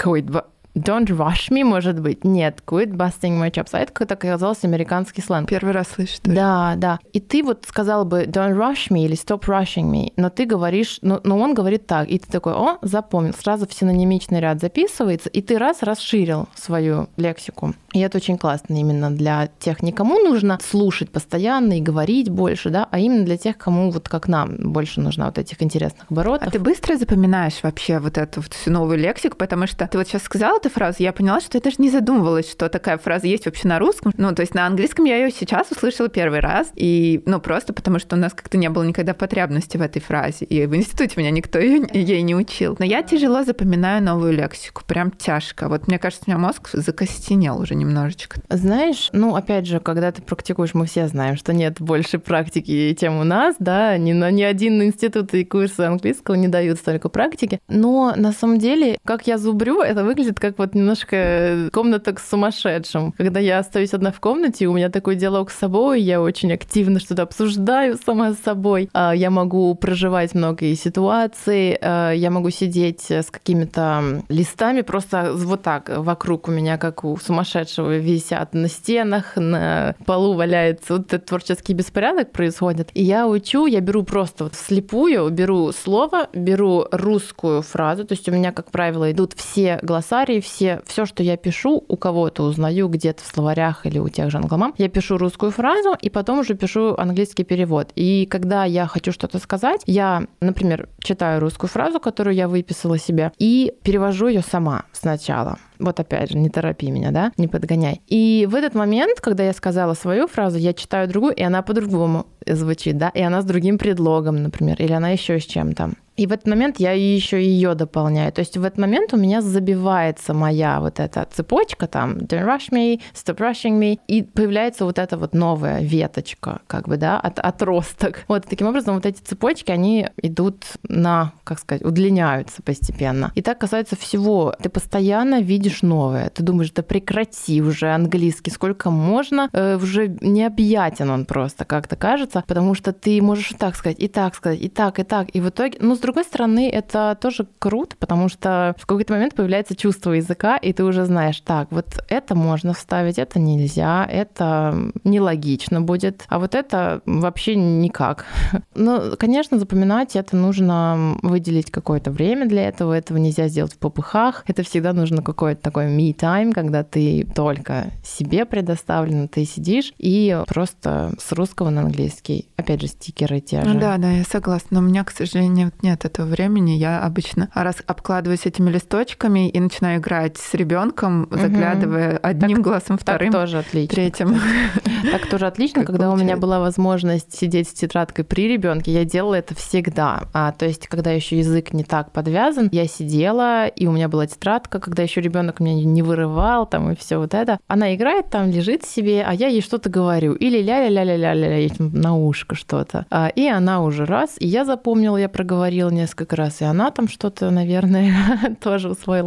don't rush me, может быть? Нет, quit busting my chops. А это как-то оказался американский сленг. Первый раз слышу. Тоже. Да. И ты вот сказал бы don't rush me или stop rushing me, но ты говоришь, но он говорит так, и ты такой: о, запомнил. Сразу в синонимичный ряд записывается, и ты расширил свою лексику. И это очень классно именно для тех, никому нужно слушать постоянно и говорить больше, да, а именно для тех, кому вот как нам больше нужно вот этих интересных оборотов. А ты быстро запоминаешь вообще вот эту вот всю новую лексику, потому что ты вот сейчас сказала эту фразу, я поняла, что я даже не задумывалась, что такая фраза есть вообще на русском. Ну, то есть на английском я ее сейчас услышала первый раз, и, ну, просто потому что у нас как-то не было никогда потребности в этой фразе, и в институте меня никто ей не учил. Но я тяжело запоминаю новую лексику, прям тяжко. Вот мне кажется, у меня мозг закостенел уже немножечко. Знаешь, ну, опять же, когда ты практикуешь, мы все знаем, что нет больше практики, чем у нас, да, ни один институт и курсы английского не дают столько практики. Но на самом деле, как я зубрю, это выглядит как вот немножко комната с сумасшедшим. Когда я остаюсь одна в комнате, у меня такой диалог с собой, я очень активно что-то обсуждаю сама с собой. Я могу проживать многие ситуации, я могу сидеть с какими-то листами, просто вот так вокруг у меня, как у сумасшедшего, висят на стенах, на полу валяется. Вот этот творческий беспорядок происходит. И я учу, я беру просто вот вслепую, беру слово, беру русскую фразу, то есть у меня, как правило, идут все глоссарии, все, что я пишу, у кого-то узнаю где-то в словарях или у тех же англомам, я пишу русскую фразу и потом уже пишу английский перевод. И когда я хочу что-то сказать, я, например, читаю русскую фразу, которую я выписала себе, и перевожу ее сама сначала. Вот опять же, не торопи меня, да, не подгоняй. И в этот момент, когда я сказала свою фразу, я читаю другую, и она по-другому звучит, да, и она с другим предлогом, например, или она еще с чем-то. И в этот момент я еще ее дополняю. То есть в этот момент у меня забивается моя вот эта цепочка, там, don't rush me, stop rushing me, и появляется вот эта вот новая веточка, как бы, да, отросток. Вот таким образом вот эти цепочки, они идут как сказать, удлиняются постепенно. И так касается всего. Ты постоянно видишь новое. Ты думаешь: да прекрати уже английский, сколько можно, уже необъятен он просто, как-то кажется, потому что ты можешь и так сказать, и так сказать, и так, и так. И в итоге, с другой стороны, это тоже круто, потому что в какой-то момент появляется чувство языка, и ты уже знаешь: так, вот это можно вставить, это нельзя, это нелогично будет, а вот это вообще никак. Но, конечно, запоминать это нужно выделить какое-то время для этого нельзя сделать в попыхах, это всегда нужно какой-то такой me-time, когда ты только себе предоставлен, ты сидишь и просто с русского на английский. Опять же, стикеры те же. Да, я согласна. Но у меня, к сожалению, нет этого времени. Я обычно обкладываюсь этими листочками и начинаю играть с ребенком, заглядывая одним глазом, вторым, так тоже отлично, третьим. Так тоже отлично. Когда у меня была возможность сидеть с тетрадкой при ребенке, я делала это всегда. То есть, когда еще язык не так подвязан, я сидела, и у меня была тетрадка, когда еще ребенок меня не вырывал, там, и все вот это. Она играет там, лежит себе, а я ей что-то говорю. Или ля-ля-ля-ля-ля-ля, на ушко что-то. И она уже раз, и я запомнила, я проговорила несколько раз, и она там что-то, наверное, тоже усвоила.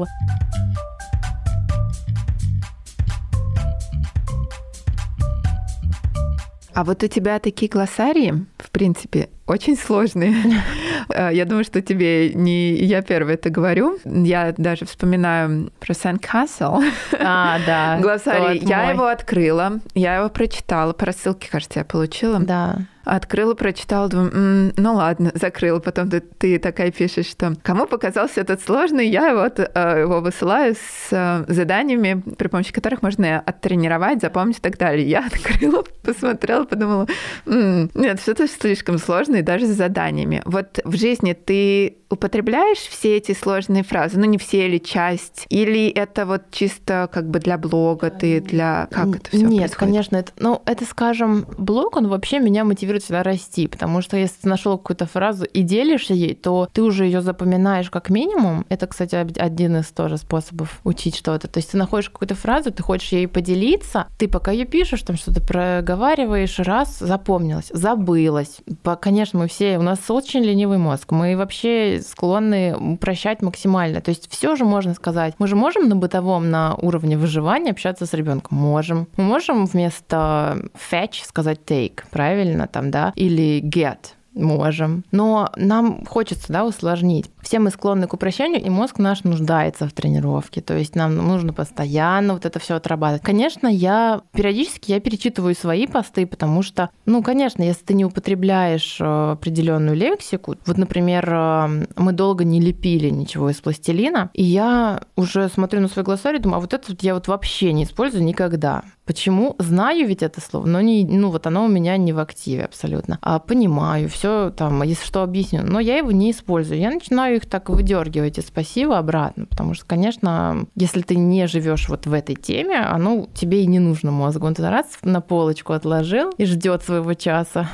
А вот у тебя такие глоссарии, в принципе, очень сложные. Я думаю, что тебе не я первая это говорю. Я даже вспоминаю про Sandcastle. Да. Глоссарий. Я его открыла, я его прочитала. По рассылке, кажется, я получила. Да. Открыла, прочитала, думаю, ну ладно, закрыла. Потом ты такая пишешь, что кому показался этот сложный, я его высылаю с заданиями, при помощи которых можно оттренировать, запомнить и так далее. Я открыла, посмотрела, подумала, нет, что-то слишком сложное, даже с заданиями. Вот в жизни ты употребляешь все эти сложные фразы? Ну, не все или часть? Или это вот чисто как бы для блога ты, для... Как это всё Нет, происходит? конечно. Это, скажем, блог, он вообще меня мотивирует мотивирует всегда расти, потому что если ты нашел какую-то фразу и делишься ей, то ты уже ее запоминаешь как минимум. Это, кстати, один из тоже способов учить что-то. То есть ты находишь какую-то фразу, ты хочешь ей поделиться, ты пока ее пишешь, там что-то проговариваешь, раз, запомнилось, забылось. Конечно, у нас очень ленивый мозг, мы вообще склонны упрощать максимально. То есть все же можно сказать. Мы же можем на бытовом, на уровне выживания общаться с ребенком? Можем. Мы можем вместо fetch сказать take, правильно там, да? Или get. Можем. Но нам хочется, да, усложнить. Все мы склонны к упрощению, и мозг наш нуждается в тренировке. То есть нам нужно постоянно вот это все отрабатывать. Конечно, периодически перечитываю свои посты, потому что, конечно, если ты не употребляешь определенную лексику, вот, например, мы долго не лепили ничего из пластилина, и я уже смотрю на свой глоссарий и думаю, а вот это я вообще не использую никогда. Почему? Знаю ведь это слово, но оно у меня не в активе абсолютно. Понимаю, все там, если что, объясню, но я его не использую. Я начинаю их так выдергивать из пассива обратно, потому что, конечно, если ты не живешь вот в этой теме, тебе и не нужно мозгу. Он туда раз на полочку отложил и ждет своего часа.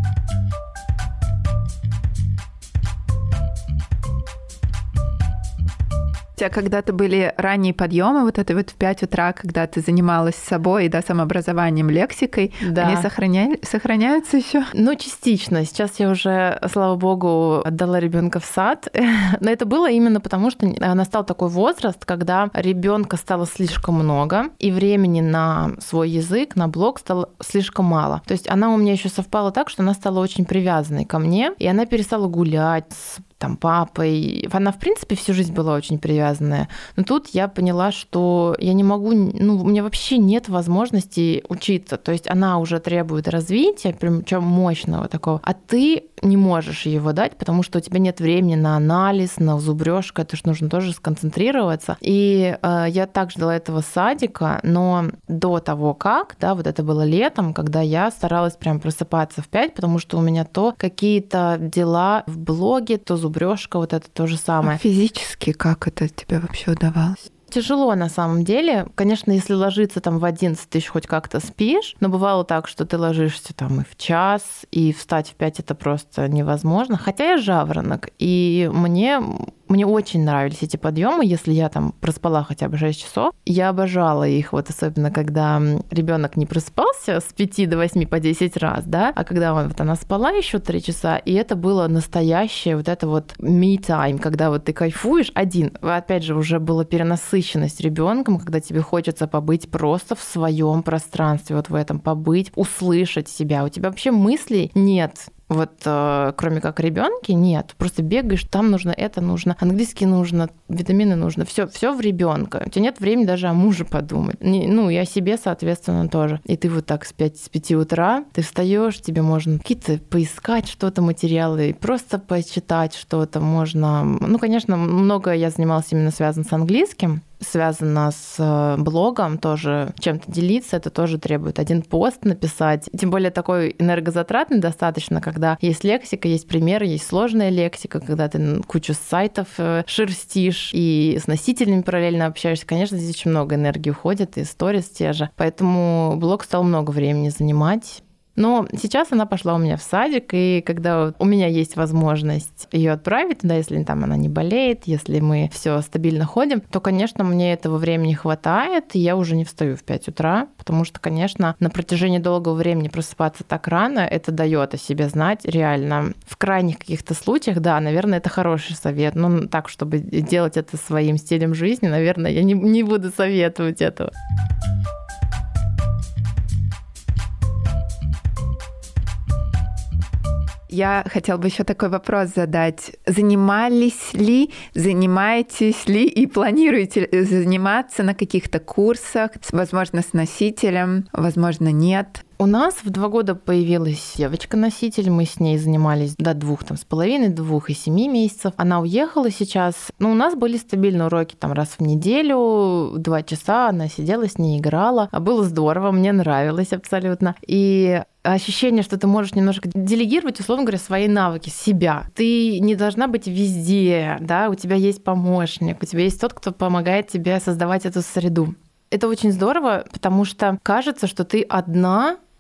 У тебя когда-то были ранние подъемы, вот это вот в 5 утра, когда ты занималась собой, да, самообразованием, лексикой, да. Они сохраняются еще? Частично. Сейчас я уже, слава богу, отдала ребенка в сад. Но это было именно потому, что настал такой возраст, когда ребенка стало слишком много, и времени на свой язык, на блог стало слишком мало. То есть она у меня еще совпала так, что она стала очень привязанной ко мне, и она перестала гулять с папой. Она, в принципе, всю жизнь была очень привязанная. Но тут я поняла, что я не могу, у меня вообще нет возможности учиться. То есть она уже требует развития, причем мощного такого, а ты не можешь его дать, потому что у тебя нет времени на анализ, на зубрёжку, это же нужно тоже сконцентрироваться. И я также ждала этого садика, но до того вот это было летом, когда я старалась прям просыпаться в 5, потому что у меня то какие-то дела в блоге, то зубрёжка, вот это то же самое. А физически как это тебе вообще удавалось? Тяжело на самом деле. Конечно, если ложиться в 11, ты еще хоть как-то спишь, но бывало так, что ты ложишься и в час, и встать в 5 это просто невозможно. Хотя я жаворонок, и мне очень нравились эти подъемы, если я проспала хотя бы 6 часов. Я обожала их, особенно когда ребенок не просыпался с 5 до 8 по 10 раз, да, а когда она спала еще 3 часа, и это было настоящее me time, когда ты кайфуешь один. Опять же, уже была перенасыщенность ребенком, когда тебе хочется побыть просто в своем пространстве, в этом побыть, услышать себя. У тебя вообще мыслей нет. Кроме как ребенке, нет. Просто бегаешь, там нужно, это нужно, английский нужно, витамины нужно. Все в ребенка. У тебя нет времени даже о муже подумать. И о себе, соответственно, тоже. И ты так с 5 утра, ты встаешь, тебе можно какие-то поискать что-то, материалы, и просто почитать что-то можно. Конечно, много я занималась именно связано с английским, связано с блогом, тоже чем-то делиться, это тоже требует один пост написать. Тем более такой энергозатратный достаточно, когда есть лексика, есть примеры, есть сложная лексика, когда ты кучу сайтов шерстишь и с носителями параллельно общаешься. Конечно, здесь очень много энергии уходит, и сторис те же. Поэтому блог стал много времени занимать. Но сейчас она пошла у меня в садик, и когда у меня есть возможность ее отправить туда, если она не болеет, если мы все стабильно ходим, то, конечно, мне этого времени хватает, и я уже не встаю в 5 утра, потому что, конечно, на протяжении долгого времени просыпаться так рано, это дает о себе знать реально. В крайних каких-то случаях, да, наверное, это хороший совет, но так, чтобы делать это своим стилем жизни, наверное, я не буду советовать этого. Я хотела бы еще такой вопрос задать. Занимаетесь ли и планируете заниматься на каких-то курсах, возможно, с носителем, возможно, нет? У нас в 2 года появилась девочка-носитель, мы с ней занимались до 2,5, 2 и 7 месяцев. Она уехала сейчас, но у нас были стабильные уроки раз в неделю, 2 часа, она сидела с ней, играла. Было здорово, мне нравилось абсолютно. И ощущение, что ты можешь немножко делегировать, условно говоря, свои навыки, себя. Ты не должна быть везде, да, у тебя есть помощник, у тебя есть тот, кто помогает тебе создавать эту среду. Это очень здорово, потому что кажется, что ты одна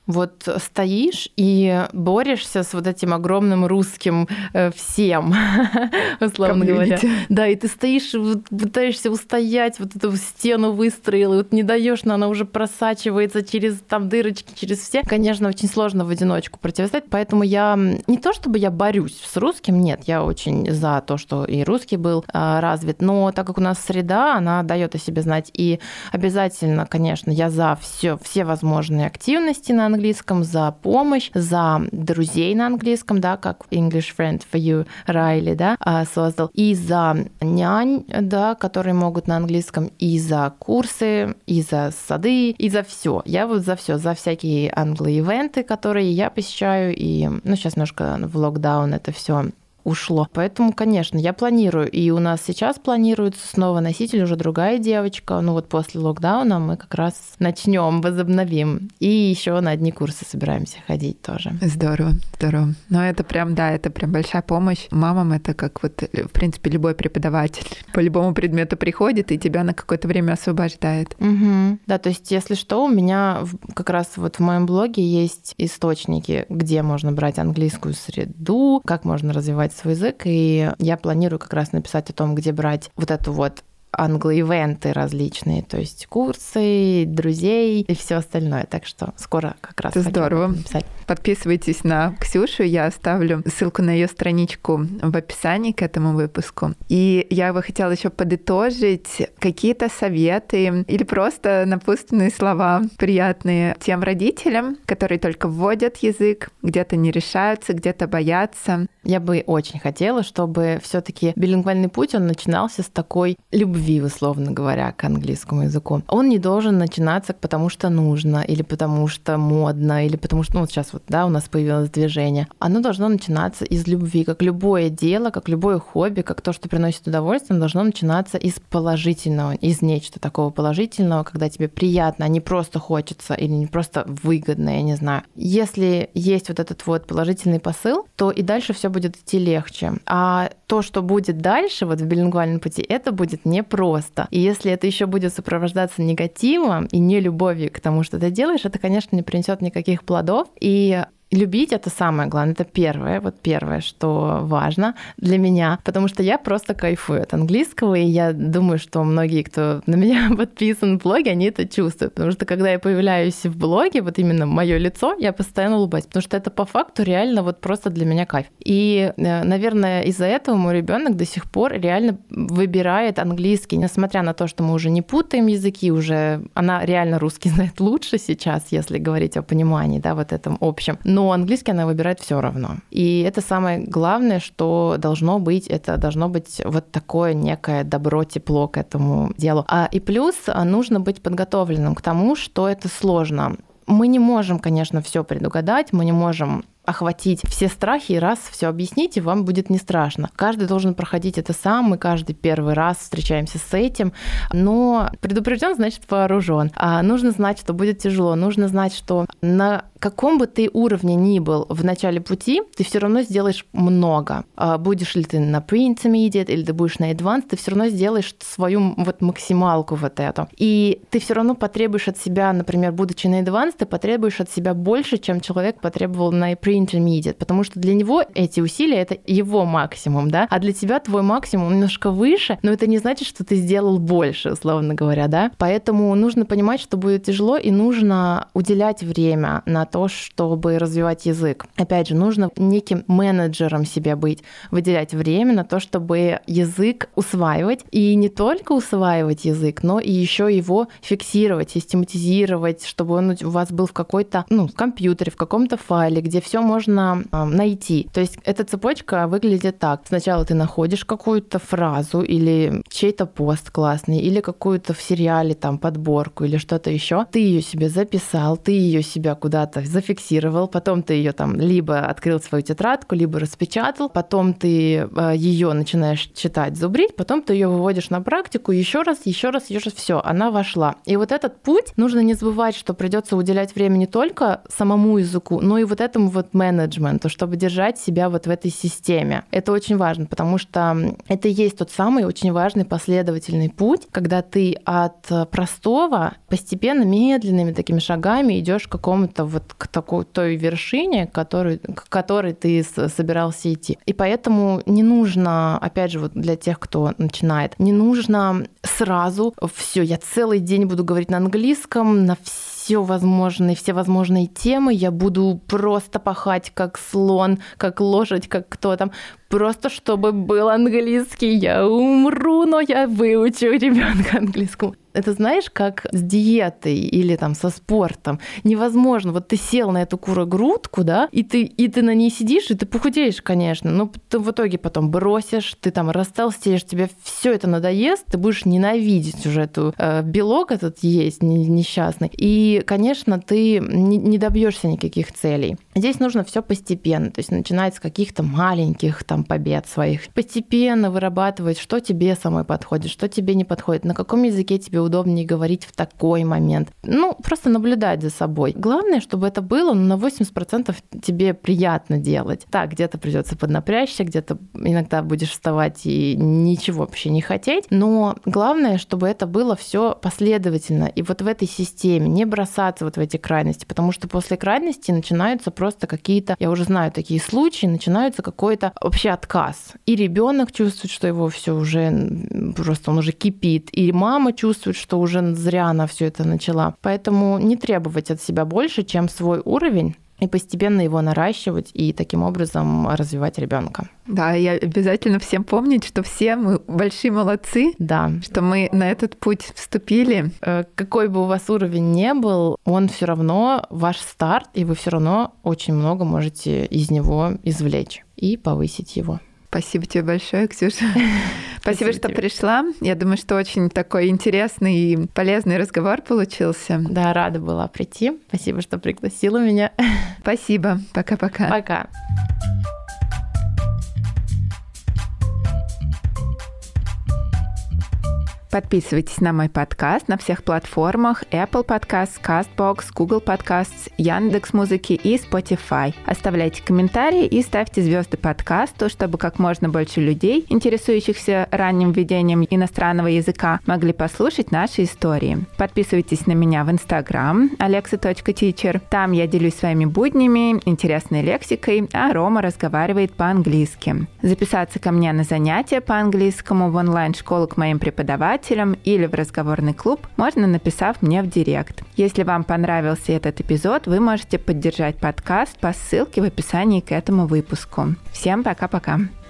Вот стоишь и борешься с вот этим огромным русским всем, условно говоря. Да, и ты стоишь, пытаешься устоять, вот эту стену выстроил, и вот не даешь, но она уже просачивается через там дырочки, через все. Конечно, очень сложно в одиночку противостоять, поэтому я не то чтобы я борюсь с русским, нет, я очень за то, что и русский был развит, но так как у нас среда, она дает о себе знать, и обязательно, конечно, я за все возможные активности на английском, за помощь, за друзей на английском, да, как English Friend for You Райли, да, создал, и за нянь, да, которые могут на английском, и за курсы, и за сады, и за все. Я вот за все, за всякие англо-ивенты, которые я посещаю, и, сейчас немножко в локдаун это все ушло. Поэтому, конечно, я планирую. И у нас сейчас планируется снова носитель, уже другая девочка. Вот после локдауна мы как раз начнем, возобновим. И еще на одни курсы собираемся ходить тоже. Здорово, здорово. Но это прям, да, это прям большая помощь. Мамам это как вот, в принципе, любой преподаватель по любому предмету приходит и тебя на какое-то время освобождает. Угу. Да, то есть, если что, у меня как раз вот в моем блоге есть источники, где можно брать английскую среду, как можно развивать свой язык, и я планирую как раз написать о том, где брать вот эту вот англо-ивенты различные, то есть курсы, друзей и все остальное. Так что скоро как раз это здорово. Написать. Подписывайтесь на Ксюшу, я оставлю ссылку на ее страничку в описании к этому выпуску. И я бы хотела еще подытожить какие-то советы или просто напутственные слова приятные тем родителям, которые только вводят язык, где-то не решаются, где-то боятся. Я бы очень хотела, чтобы все-таки билингвальный путь, он начинался с такой любви, условно говоря, к английскому языку. Он не должен начинаться потому что нужно, или потому что модно, или потому что, вот сейчас вот, да, у нас появилось движение. Оно должно начинаться из любви, как любое дело, как любое хобби, как то, что приносит удовольствие, оно должно начинаться из положительного, из нечто такого положительного, когда тебе приятно, а не просто хочется или не просто выгодно, я не знаю. Если есть вот этот вот положительный посыл, то и дальше все будет идти легче. А то, что будет дальше, вот в билингвальном пути, это будет непросто. И если это еще будет сопровождаться негативом и нелюбовью к тому, что ты делаешь, это, конечно, не принесет никаких плодов. И любить — это самое главное, это первое, что важно для меня, потому что я просто кайфую от английского, и я думаю, что многие, кто на меня подписан в блоге, они это чувствуют, потому что когда я появляюсь в блоге, вот именно мое лицо, я постоянно улыбаюсь, потому что это по факту реально вот просто для меня кайф. И, наверное, из-за этого мой ребенок до сих пор реально выбирает английский, несмотря на то, что мы уже не путаем языки, уже она реально русский знает лучше сейчас, если говорить о понимании, да, вот этом общем. Но английский она выбирает все равно. И это самое главное, что должно быть, это должно быть вот такое некое добро, тепло к этому делу. И плюс нужно быть подготовленным к тому, что это сложно. Мы не можем, конечно, все предугадать, мы не можем охватить все страхи и раз все объяснить, и вам будет не страшно. Каждый должен проходить это сам, мы каждый первый раз встречаемся с этим, но предупрежден, значит вооружен. Нужно знать, что будет тяжело, нужно знать, что на каком бы ты уровне ни был в начале пути, ты все равно сделаешь много. Будешь ли ты на pre-intermediate или ты будешь на advanced, ты все равно сделаешь свою вот максималку вот эту. И ты все равно потребуешь от себя, например, будучи на advanced, ты потребуешь от себя больше, чем человек потребовал на pre-intermediate, потому что для него эти усилия — это его максимум, да, а для тебя твой максимум немножко выше, но это не значит, что ты сделал больше, условно говоря, да. Поэтому нужно понимать, что будет тяжело, и нужно уделять время на то, чтобы развивать язык. Опять же, нужно неким менеджером себе быть, выделять время на то, чтобы язык усваивать, и не только усваивать язык, но и еще его фиксировать, систематизировать, чтобы он у вас был в какой-то, в компьютере, в каком-то файле, где все можно найти. То есть эта цепочка выглядит так. Сначала ты находишь какую-то фразу или чей-то пост классный, или какую-то в сериале там подборку или что-то еще. Ты ее себе записал, ты ее себя куда-то зафиксировал, потом ты ее там либо открыл свою тетрадку, либо распечатал, потом ты ее начинаешь читать, зубрить, потом ты ее выводишь на практику, еще раз, все, она вошла. И вот этот путь, нужно не забывать, что придется уделять время не только самому языку, но и вот этому вот менеджменту, чтобы держать себя вот в этой системе. Это очень важно, потому что это и есть тот самый очень важный последовательный путь, когда ты от простого постепенно, медленными такими шагами идешь к какому-то вот вот к той вершине, к которой ты собирался идти. И поэтому не нужно, опять же, вот для тех, кто начинает, не нужно сразу все, я целый день буду говорить на английском, на все возможные темы, я буду просто пахать как слон, как лошадь, как кто там, просто чтобы был английский, я умру, но я выучу ребенка английскому. Это знаешь, как с диетой или там со спортом. Невозможно. Вот ты сел на эту курогрудку, да, и ты на ней сидишь, и ты похудеешь, конечно, но ты в итоге потом бросишь, ты там растолстеешь, тебе все это надоест, ты будешь ненавидеть уже эту белок этот есть несчастный. И, конечно, ты не добьешься никаких целей. Здесь нужно все постепенно, то есть начинать с каких-то маленьких там побед своих. Постепенно вырабатывать, что тебе самой подходит, что тебе не подходит, на каком языке тебе удобнее говорить в такой момент. Просто наблюдать за собой. Главное, чтобы это было на 80% тебе приятно делать. Так, где-то придется поднапрячься, где-то иногда будешь вставать и ничего вообще не хотеть, но главное, чтобы это было все последовательно. И вот в этой системе не бросаться вот в эти крайности, потому что после крайности начинаются просто какие-то, я уже знаю такие случаи, начинается какой-то вообще отказ. И ребенок чувствует, что его все уже просто он уже кипит, и мама чувствует, что уже зря она все это начала. Поэтому не требовать от себя больше, чем свой уровень, и постепенно его наращивать и таким образом развивать ребенка. Да, и обязательно всем помнить, что все мы большие молодцы, да, что мы на этот путь вступили. Какой бы у вас уровень ни был, он все равно ваш старт, и вы все равно очень много можете из него извлечь и повысить его. Спасибо тебе большое, Ксюша. Спасибо, что пришла. Я думаю, что очень такой интересный и полезный разговор получился. Да, рада была прийти. Спасибо, что пригласила меня. Спасибо. Пока-пока. Пока. Подписывайтесь на мой подкаст на всех платформах Apple Podcasts, CastBox, Google Podcasts, Яндекс.Музыки и Spotify. Оставляйте комментарии и ставьте звезды подкасту, чтобы как можно больше людей, интересующихся ранним введением иностранного языка, могли послушать наши истории. Подписывайтесь на меня в Instagram alexa.teacher. Там я делюсь своими буднями, интересной лексикой, а Рома разговаривает по-английски. Записаться ко мне на занятия по английскому в онлайн-школу к моим преподавателям или в разговорный клуб можно, написав мне в директ. Если вам понравился этот эпизод, вы можете поддержать подкаст по ссылке в описании к этому выпуску. Всем пока-пока!